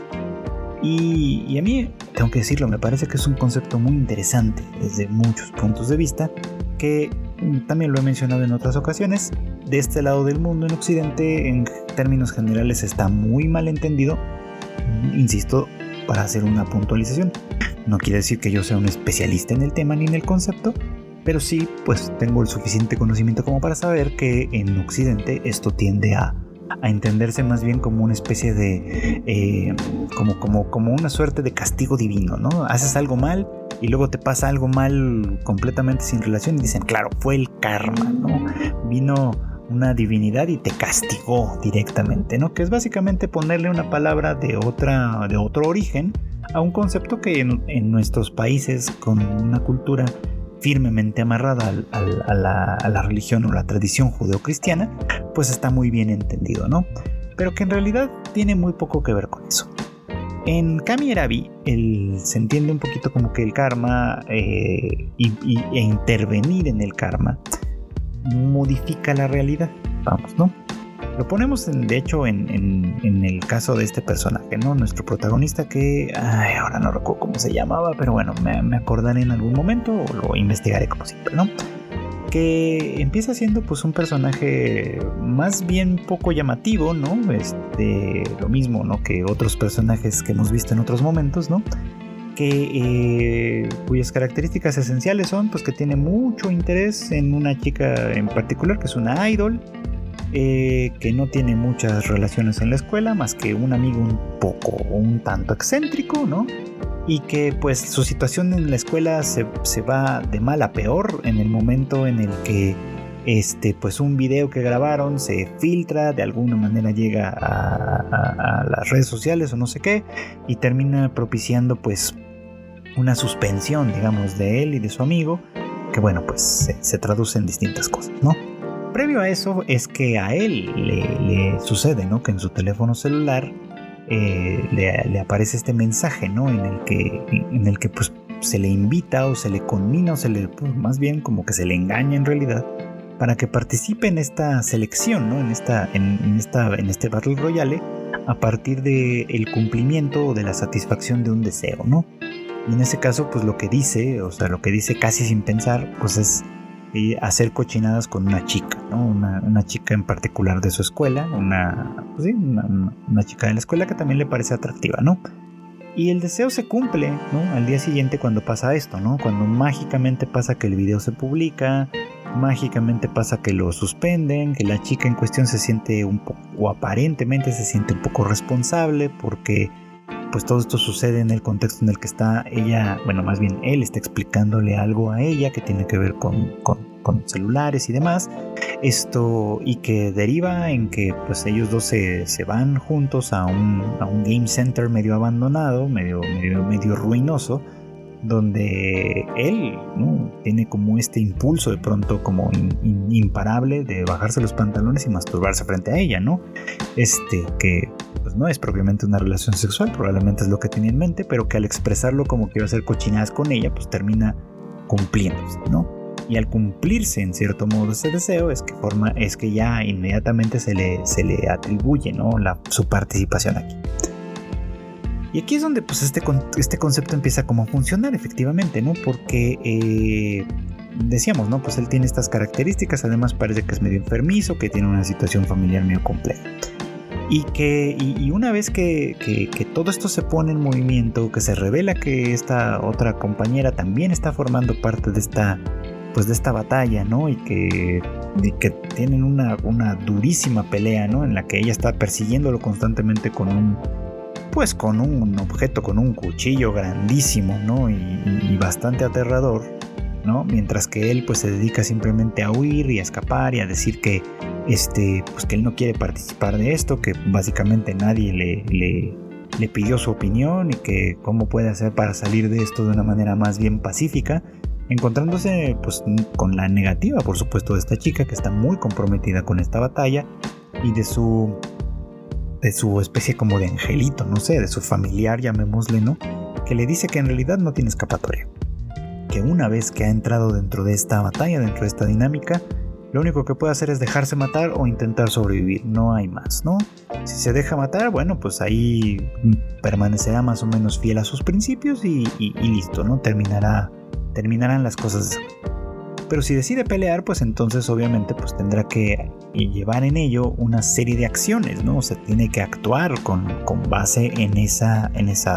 Y a mí, tengo que decirlo, me parece que es un concepto muy interesante desde muchos puntos de vista, que también lo he mencionado en otras ocasiones. De este lado del mundo, en Occidente, en términos generales está muy mal entendido, insisto, para hacer una puntualización. No quiere decir que yo sea un especialista en el tema ni en el concepto, pero sí, pues tengo el suficiente conocimiento como para saber que en Occidente esto tiende a entenderse más bien como una especie de como una suerte de castigo divino, ¿no? Haces algo mal y luego te pasa algo mal completamente sin relación y dicen, claro, fue el karma, ¿no? Vino una divinidad y te castigó directamente, ¿no? Que es básicamente ponerle una palabra de otro origen a un concepto que en nuestros países con una cultura firmemente amarrada a la religión o la tradición judeocristiana, pues está muy bien entendido, ¿no? Pero que en realidad tiene muy poco que ver con eso. En Kami Erabi se entiende un poquito como que el karma e intervenir en el karma modifica la realidad, vamos, ¿no? Lo ponemos de hecho en el caso de este personaje, ¿no? Nuestro protagonista que ahora no recuerdo cómo se llamaba, pero bueno, me acordaré en algún momento o lo investigaré como siempre, ¿no? Que empieza siendo pues un personaje más bien poco llamativo, ¿no? Lo mismo, ¿no? Que otros personajes que hemos visto en otros momentos, ¿no? Cuyas características esenciales son pues que tiene mucho interés en una chica en particular que es una idol, que no tiene muchas relaciones en la escuela más que un amigo un tanto excéntrico, ¿no? Y que pues su situación en la escuela se va de mal a peor en el momento en el que pues un video que grabaron se filtra, de alguna manera llega a las redes sociales o no sé qué, y termina propiciando pues una suspensión, digamos, de él y de su amigo, que bueno, pues se traduce en distintas cosas, ¿no? Previo a eso es que a él le sucede, ¿no? Que en su teléfono celular le aparece este mensaje, ¿no? En el que pues se le invita o se le conmina o pues, más bien como que se le engaña en realidad para que participe en esta selección, ¿no? En este Battle Royale a partir del cumplimiento o de la satisfacción de un deseo, ¿no? Y en ese caso pues lo que dice casi sin pensar pues es hacer cochinadas con una chica, ¿no? Una chica en particular de su escuela, una chica de la escuela que también le parece atractiva, ¿no? Y el deseo se cumple, ¿no? Al día siguiente cuando pasa esto, ¿no? Cuando mágicamente pasa que el video se publica, mágicamente pasa que lo suspenden, que la chica en cuestión se siente un poco, o aparentemente se siente un poco responsable porque pues todo esto sucede en el contexto en el que está ella, bueno, más bien él está explicándole algo a ella que tiene que ver con celulares y demás, y que deriva en que pues ellos dos se van juntos a un game center medio abandonado, medio ruinoso, donde él, ¿no? Tiene como este impulso de pronto como imparable de bajarse los pantalones y masturbarse frente a ella, ¿no? Que pues no es propiamente una relación sexual, probablemente es lo que tenía en mente, pero que al expresarlo como que iba a hacer cochinadas con ella, pues termina cumpliéndose, ¿no? Y al cumplirse en cierto modo ese deseo es que ya inmediatamente se le atribuye, ¿no? Su participación aquí. Y aquí es donde pues este concepto empieza como a funcionar efectivamente, ¿no? Porque decíamos, ¿no? Pues él tiene estas características, además parece que es medio enfermizo, que tiene una situación familiar medio compleja. Y una vez que todo esto se pone en movimiento, que se revela que esta otra compañera también está formando parte de esta batalla, ¿no? Y que tienen una durísima pelea, ¿no? En la que ella está persiguiéndolo constantemente con un objeto, con un cuchillo grandísimo, ¿no? Y bastante aterrador, ¿no? Mientras que él pues se dedica simplemente a huir y a escapar y a decir que pues que él no quiere participar de esto, que básicamente nadie le pidió su opinión y que cómo puede hacer para salir de esto de una manera más bien pacífica, encontrándose pues con la negativa, por supuesto, de esta chica que está muy comprometida con esta batalla y de su especie como de angelito, no sé, de su familiar, llamémosle, ¿no? Que le dice que en realidad no tiene escapatoria, que una vez que ha entrado dentro de esta batalla, dentro de esta dinámica, lo único que puede hacer es dejarse matar o intentar sobrevivir, no hay más, ¿no? Si se deja matar, bueno, pues ahí permanecerá más o menos fiel a sus principios y listo, ¿no? Terminarán las cosas. Pero si decide pelear, pues entonces obviamente pues tendrá que llevar en ello una serie de acciones, ¿no? O sea, tiene que actuar con base en esa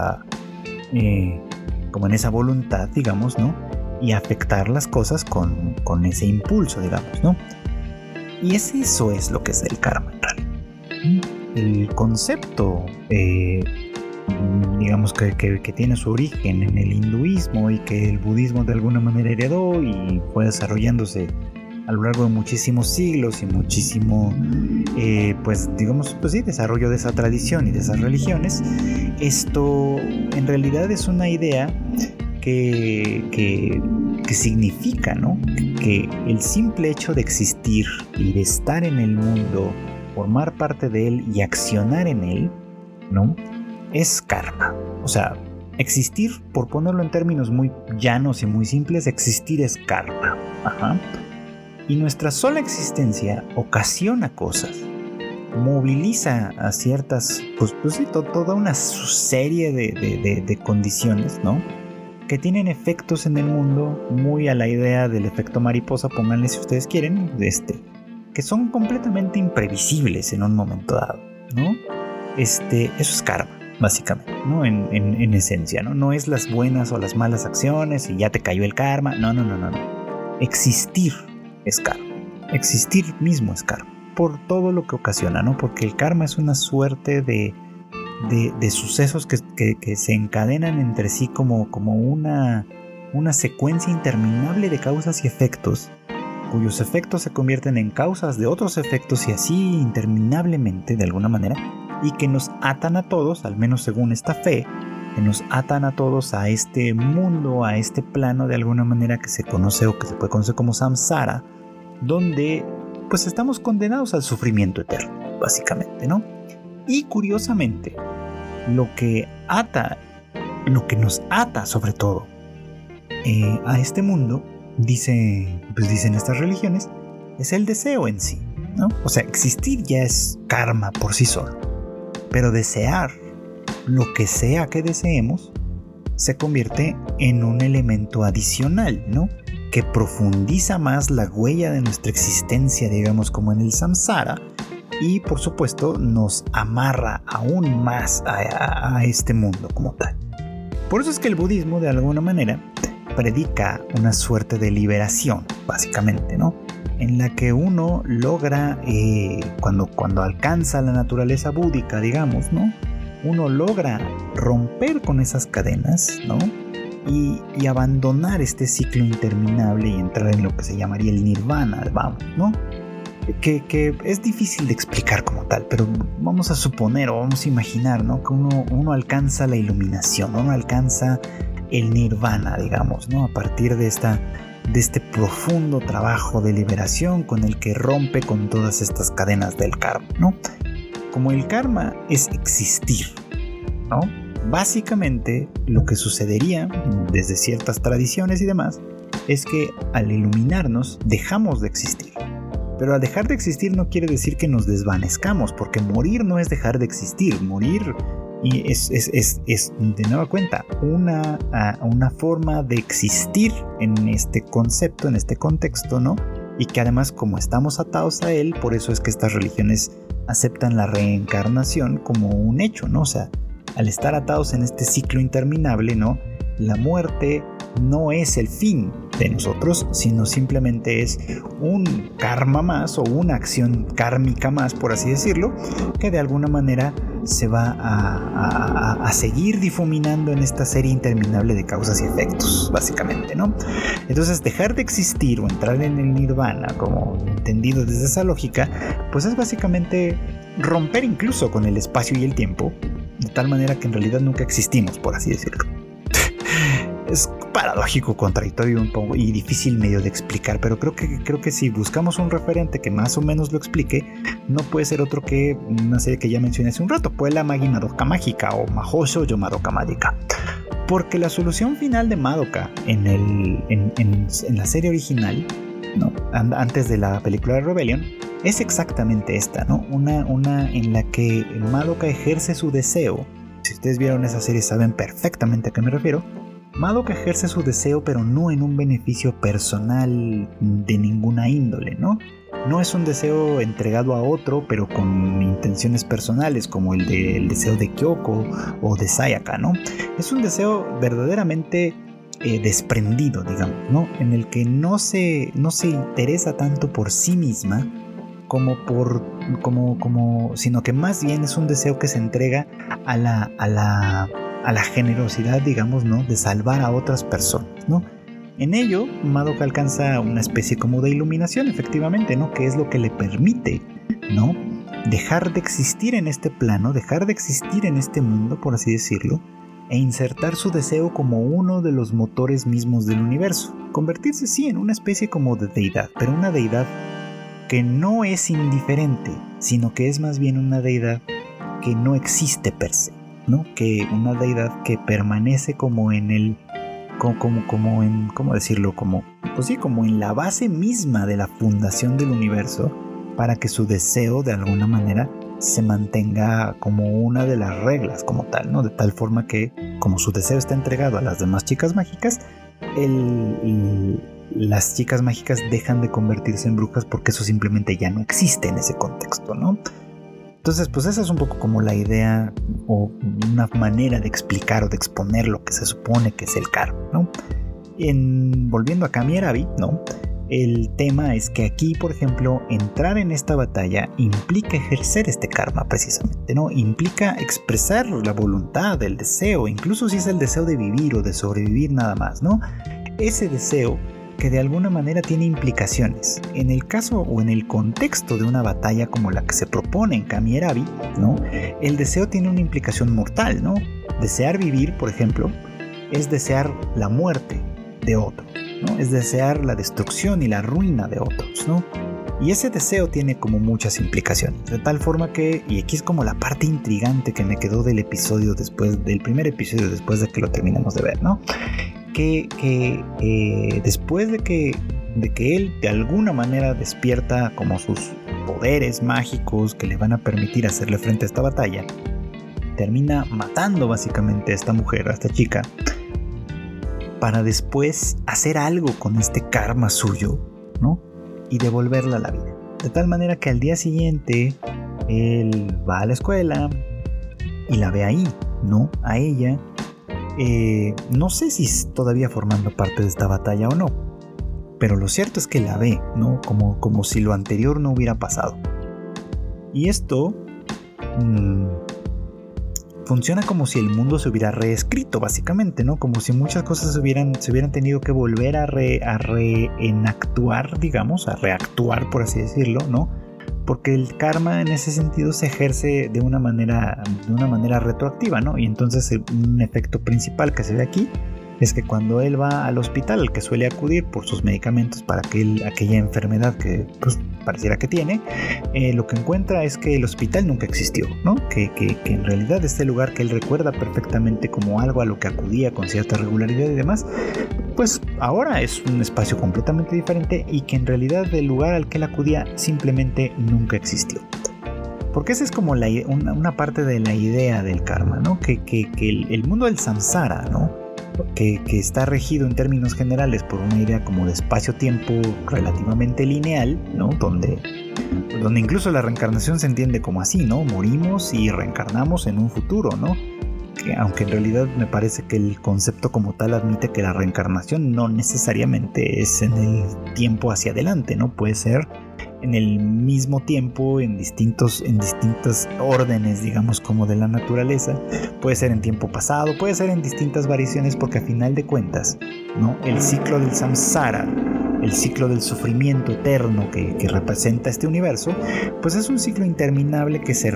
como en esa voluntad, digamos, ¿no? Y afectar las cosas con ese impulso, digamos, ¿no? Y eso es lo que es el karma en realidad. El concepto, digamos que tiene su origen en el hinduismo y que el budismo de alguna manera heredó y fue desarrollándose a lo largo de muchísimos siglos y muchísimo, pues digamos, pues sí, desarrollo de esa tradición y de esas religiones. Esto en realidad es una idea que significa, ¿no? Que el simple hecho de existir y de estar en el mundo, formar parte de él y accionar en él, ¿no? Es karma. O sea, existir, por ponerlo en términos muy llanos y muy simples, existir es karma. Ajá. Y nuestra sola existencia ocasiona cosas, moviliza a ciertas, pues sí, toda una serie de condiciones, ¿no? Que tienen efectos en el mundo, muy a la idea del efecto mariposa, pónganle si ustedes quieren, que son completamente imprevisibles en un momento dado, ¿no? Eso es karma, básicamente, ¿no? En esencia, ¿no? No es las buenas o las malas acciones y ya te cayó el karma, no. Existir es karma, existir mismo es karma, por todo lo que ocasiona, ¿no? Porque el karma es una suerte de sucesos que se encadenan entre sí como una secuencia interminable de causas y efectos, cuyos efectos se convierten en causas de otros efectos y así interminablemente de alguna manera, y que nos atan a todos, al menos según esta fe, que nos atan a todos a este mundo, a este plano de alguna manera que se conoce o que se puede conocer como samsara, donde pues estamos condenados al sufrimiento eterno, básicamente, ¿no? Y curiosamente, lo que nos ata sobre todo a este mundo, dicen estas religiones, es el deseo en sí, ¿no? O sea, existir ya es karma por sí solo, pero desear lo que sea que deseemos se convierte en un elemento adicional, ¿no? Que profundiza más la huella de nuestra existencia, digamos, como en el samsara, y por supuesto nos amarra aún más a este mundo como tal. Por eso es que el budismo de alguna manera predica una suerte de liberación, básicamente, ¿no? En la que uno logra, cuando alcanza la naturaleza búdica, digamos, ¿no? Uno logra romper con esas cadenas, ¿no? Y abandonar este ciclo interminable y entrar en lo que se llamaría el nirvana, vamos, ¿no? Que es difícil de explicar como tal, pero vamos a suponer o vamos a imaginar, ¿no? Que uno alcanza la iluminación, uno alcanza el nirvana, digamos, ¿no? A partir de este profundo trabajo de liberación con el que rompe con todas estas cadenas del karma, ¿no? Como el karma es existir, ¿no? Básicamente lo que sucedería desde ciertas tradiciones y demás es que al iluminarnos dejamos de existir. Pero al dejar de existir no quiere decir que nos desvanezcamos, porque morir no es dejar de existir. Morir y es de nueva cuenta una forma de existir en este concepto, en este contexto, ¿no? Y que además, como estamos atados a él, por eso es que estas religiones aceptan la reencarnación como un hecho, ¿no? O sea, al estar atados en este ciclo interminable, ¿no? La muerte no es el fin de nosotros, sino simplemente es un karma más o una acción kármica más, por así decirlo, que de alguna manera se va a seguir difuminando en esta serie interminable de causas y efectos, básicamente, ¿no? Entonces, dejar de existir o entrar en el nirvana, como entendido desde esa lógica, pues es básicamente romper incluso con el espacio y el tiempo, de tal manera que en realidad nunca existimos, por así decirlo. Es paradójico, contradictorio un poco y difícil medio de explicar, pero creo que si buscamos un referente que más o menos lo explique, no puede ser otro que una serie que ya mencioné hace un rato, Puella Magi Madoka Mágica o Mahou Shoujo Madoka Mágica. Porque la solución final de Madoka en la serie original, ¿no? Antes de la película de Rebellion, es exactamente esta, ¿no? Una en la que Madoka ejerce su deseo. Si ustedes vieron esa serie saben perfectamente a qué me refiero. Madoka ejerce su deseo, pero no en un beneficio personal de ninguna índole, ¿no? No es un deseo entregado a otro, pero con intenciones personales, como el deseo de Kyoko o de Sayaka, ¿no? Es un deseo verdaderamente desprendido, digamos, ¿no? En el que no se interesa tanto por sí misma sino que más bien es un deseo que se entrega a la generosidad, digamos, ¿no? De salvar a otras personas, ¿no? En ello, Madoka alcanza una especie como de iluminación, efectivamente, ¿no? Que es lo que le permite, ¿no? Dejar de existir en este plano, dejar de existir en este mundo, por así decirlo, e insertar su deseo como uno de los motores mismos del universo. Convertirse, sí, en una especie como de deidad, pero una deidad que no es indiferente, sino que es más bien una deidad que no existe per se, ¿no? Que una deidad que permanece como en el... ¿cómo decirlo? Pues sí, como en la base misma de la fundación del universo, para que su deseo de alguna manera se mantenga como una de las reglas como tal, ¿no? De tal forma que, como su deseo está entregado a las demás chicas mágicas, las chicas mágicas dejan de convertirse en brujas porque eso simplemente ya no existe en ese contexto, ¿no? Entonces, pues esa es un poco como la idea o una manera de explicar o de exponer lo que se supone que es el karma, ¿no? Volviendo a Kami Arabi, ¿no? El tema es que aquí, por ejemplo, entrar en esta batalla implica ejercer este karma precisamente, ¿no? Implica expresar la voluntad, el deseo, incluso si es el deseo de vivir o de sobrevivir nada más, ¿no? Ese deseo que de alguna manera tiene implicaciones. En el caso o en el contexto de una batalla como la que se propone en Kami Arabi, ¿no? El deseo tiene una implicación mortal, ¿no? Desear vivir, por ejemplo, es desear la muerte de otro, ¿no? Es desear la destrucción y la ruina de otros, ¿no? Y ese deseo tiene como muchas implicaciones, de tal forma que, y aquí es como la parte intrigante que me quedó del primer episodio después de que lo terminamos de ver, ¿no? Que después de que él de alguna manera despierta como sus poderes mágicos que le van a permitir hacerle frente a esta batalla, termina matando básicamente a esta mujer, a esta chica, para después hacer algo con este karma suyo, ¿no? Y devolverla a la vida. De tal manera que al día siguiente él va a la escuela y la ve ahí, ¿no? A ella. No sé si todavía formando parte de esta batalla o no, pero lo cierto es que la ve, ¿no? Como si lo anterior no hubiera pasado. Y esto funciona como si el mundo se hubiera reescrito, básicamente, ¿no? Como si muchas cosas se hubieran tenido que volver a reenactuar, digamos, a reactuar, por así decirlo, ¿no? Porque el karma en ese sentido se ejerce de una manera retroactiva, ¿no? Y entonces un efecto principal que se ve aquí es que cuando él va al hospital al que suele acudir por sus medicamentos para aquella enfermedad que pues pareciera que tiene, lo que encuentra es que el hospital nunca existió, ¿no? Que en realidad este lugar que él recuerda perfectamente como algo a lo que acudía con cierta regularidad y demás, pues ahora es un espacio completamente diferente y que en realidad el lugar al que él acudía simplemente nunca existió. Porque esa es como una parte de la idea del karma, ¿no? Que el mundo del samsara, ¿no? Que está regido en términos generales por una idea como de espacio-tiempo relativamente lineal, ¿no? Donde incluso la reencarnación se entiende como así, ¿no? Morimos y reencarnamos en un futuro, ¿no? Que aunque en realidad me parece que el concepto como tal admite que la reencarnación no necesariamente es en el tiempo hacia adelante, ¿no? Puede ser en el mismo tiempo, en distintas órdenes, digamos, como de la naturaleza. Puede ser en tiempo pasado, puede ser en distintas variaciones, porque a final de cuentas, ¿no? El ciclo del samsara, el ciclo del sufrimiento eterno que representa este universo, pues es un ciclo interminable que se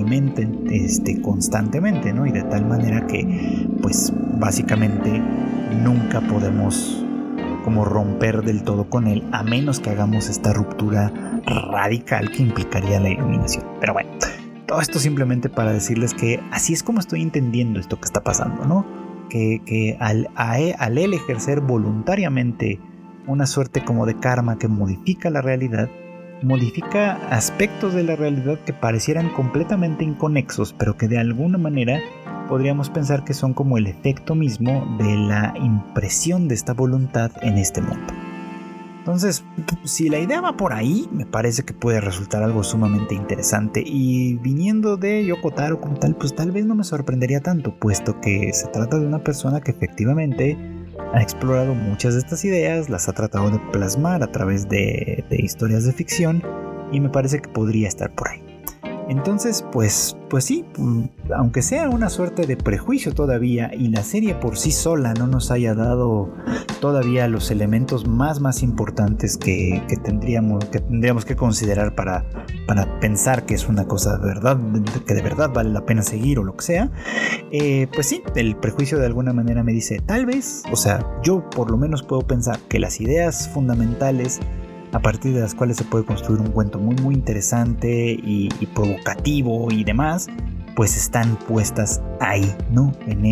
retroalimenta constantemente, ¿no? Y de tal manera que, pues básicamente nunca podemos como romper del todo con él, a menos que hagamos esta ruptura radical que implicaría la eliminación. Pero bueno, todo esto simplemente para decirles que así es como estoy entendiendo esto que está pasando, ¿no? Que al él ejercer voluntariamente una suerte como de karma que modifica la realidad, modifica aspectos de la realidad que parecieran completamente inconexos, pero que de alguna manera podríamos pensar que son como el efecto mismo de la impresión de esta voluntad en este mundo. Entonces, si la idea va por ahí, me parece que puede resultar algo sumamente interesante, y viniendo de Yoko Taro como tal, pues tal vez no me sorprendería tanto, puesto que se trata de una persona que efectivamente ha explorado muchas de estas ideas, las ha tratado de plasmar a través de historias de ficción, y me parece que podría estar por ahí. Entonces, pues sí, aunque sea una suerte de prejuicio todavía y la serie por sí sola no nos haya dado todavía los elementos más importantes que tendríamos que considerar para pensar que es una cosa de verdad, que de verdad vale la pena seguir o lo que sea, pues sí, el prejuicio de alguna manera me dice, tal vez, o sea, yo por lo menos puedo pensar que las ideas fundamentales a partir de las cuales se puede construir un cuento muy interesante y provocativo y demás, pues están puestas ahí, ¿no? En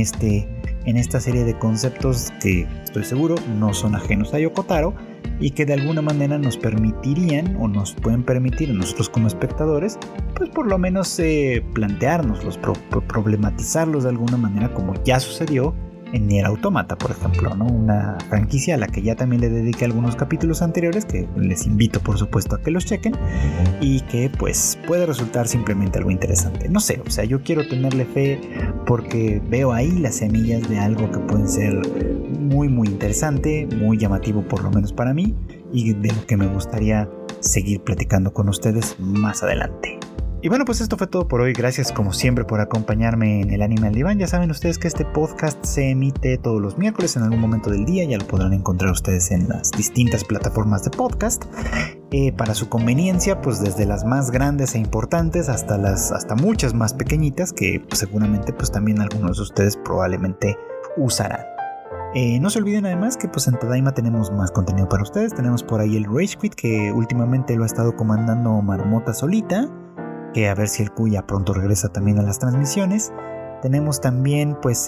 esta serie de conceptos que estoy seguro no son ajenos a Yoko Taro y que de alguna manera nos permitirían o nos pueden permitir a nosotros como espectadores, pues por lo menos planteárnoslos, problematizarlos de alguna manera, como ya sucedió en Nier Automata, por ejemplo, ¿no? Una franquicia a la que ya también le dediqué algunos capítulos anteriores, que les invito por supuesto a que los chequen, y que pues puede resultar simplemente algo interesante. No sé, o sea, yo quiero tenerle fe porque veo ahí las semillas de algo que puede ser muy interesante, muy llamativo por lo menos para mí, y de lo que me gustaría seguir platicando con ustedes más adelante. Y bueno, pues esto fue todo por hoy. Gracias como siempre por acompañarme en el Anime al Diván. Ya saben ustedes que este podcast se emite todos los miércoles en algún momento del día. Ya lo podrán encontrar ustedes en las distintas plataformas de podcast. Para su conveniencia, pues desde las más grandes e importantes hasta muchas más pequeñitas que pues, seguramente pues también algunos de ustedes probablemente usarán. No se olviden además que pues en Tadaima tenemos más contenido para ustedes. Tenemos por ahí el Rage Quit, que últimamente lo ha estado comandando Marmota solita, que a ver si el Q ya pronto regresa también a las transmisiones. Tenemos también pues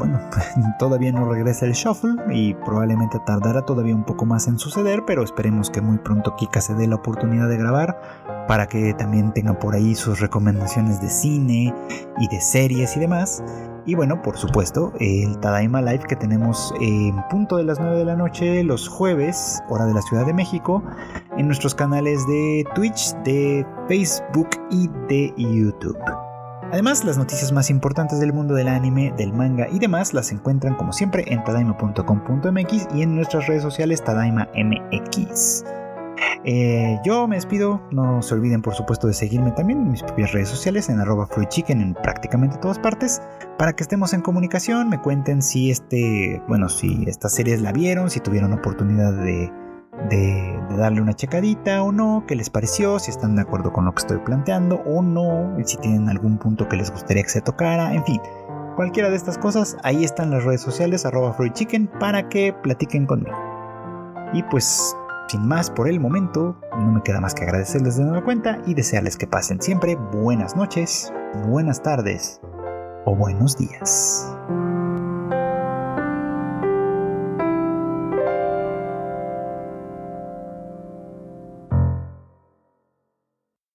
todavía no regresa el Shuffle y probablemente tardará todavía un poco más en suceder, pero esperemos que muy pronto Kika se dé la oportunidad de grabar para que también tengan por ahí sus recomendaciones de cine y de series y demás. Y bueno, por supuesto, el Tadaima Live que tenemos en punto de las 9 de la noche los jueves, hora de la Ciudad de México, en nuestros canales de Twitch, de Facebook y de YouTube. Además, las noticias más importantes del mundo del anime, del manga y demás las encuentran como siempre en tadaima.com.mx y en nuestras redes sociales TadaimaMX. Yo me despido, no se olviden por supuesto de seguirme también en mis propias redes sociales en @fruitchicken en prácticamente todas partes, para que estemos en comunicación, me cuenten si estas series la vieron, si tuvieron oportunidad de darle una checadita o no, qué les pareció, si están de acuerdo con lo que estoy planteando o no, si tienen algún punto que les gustaría que se tocara, en fin, cualquiera de estas cosas, ahí están las redes sociales @fruitchicken para que platiquen conmigo. Y pues sin más por el momento, no me queda más que agradecerles de nueva cuenta y desearles que pasen siempre buenas noches, buenas tardes o buenos días.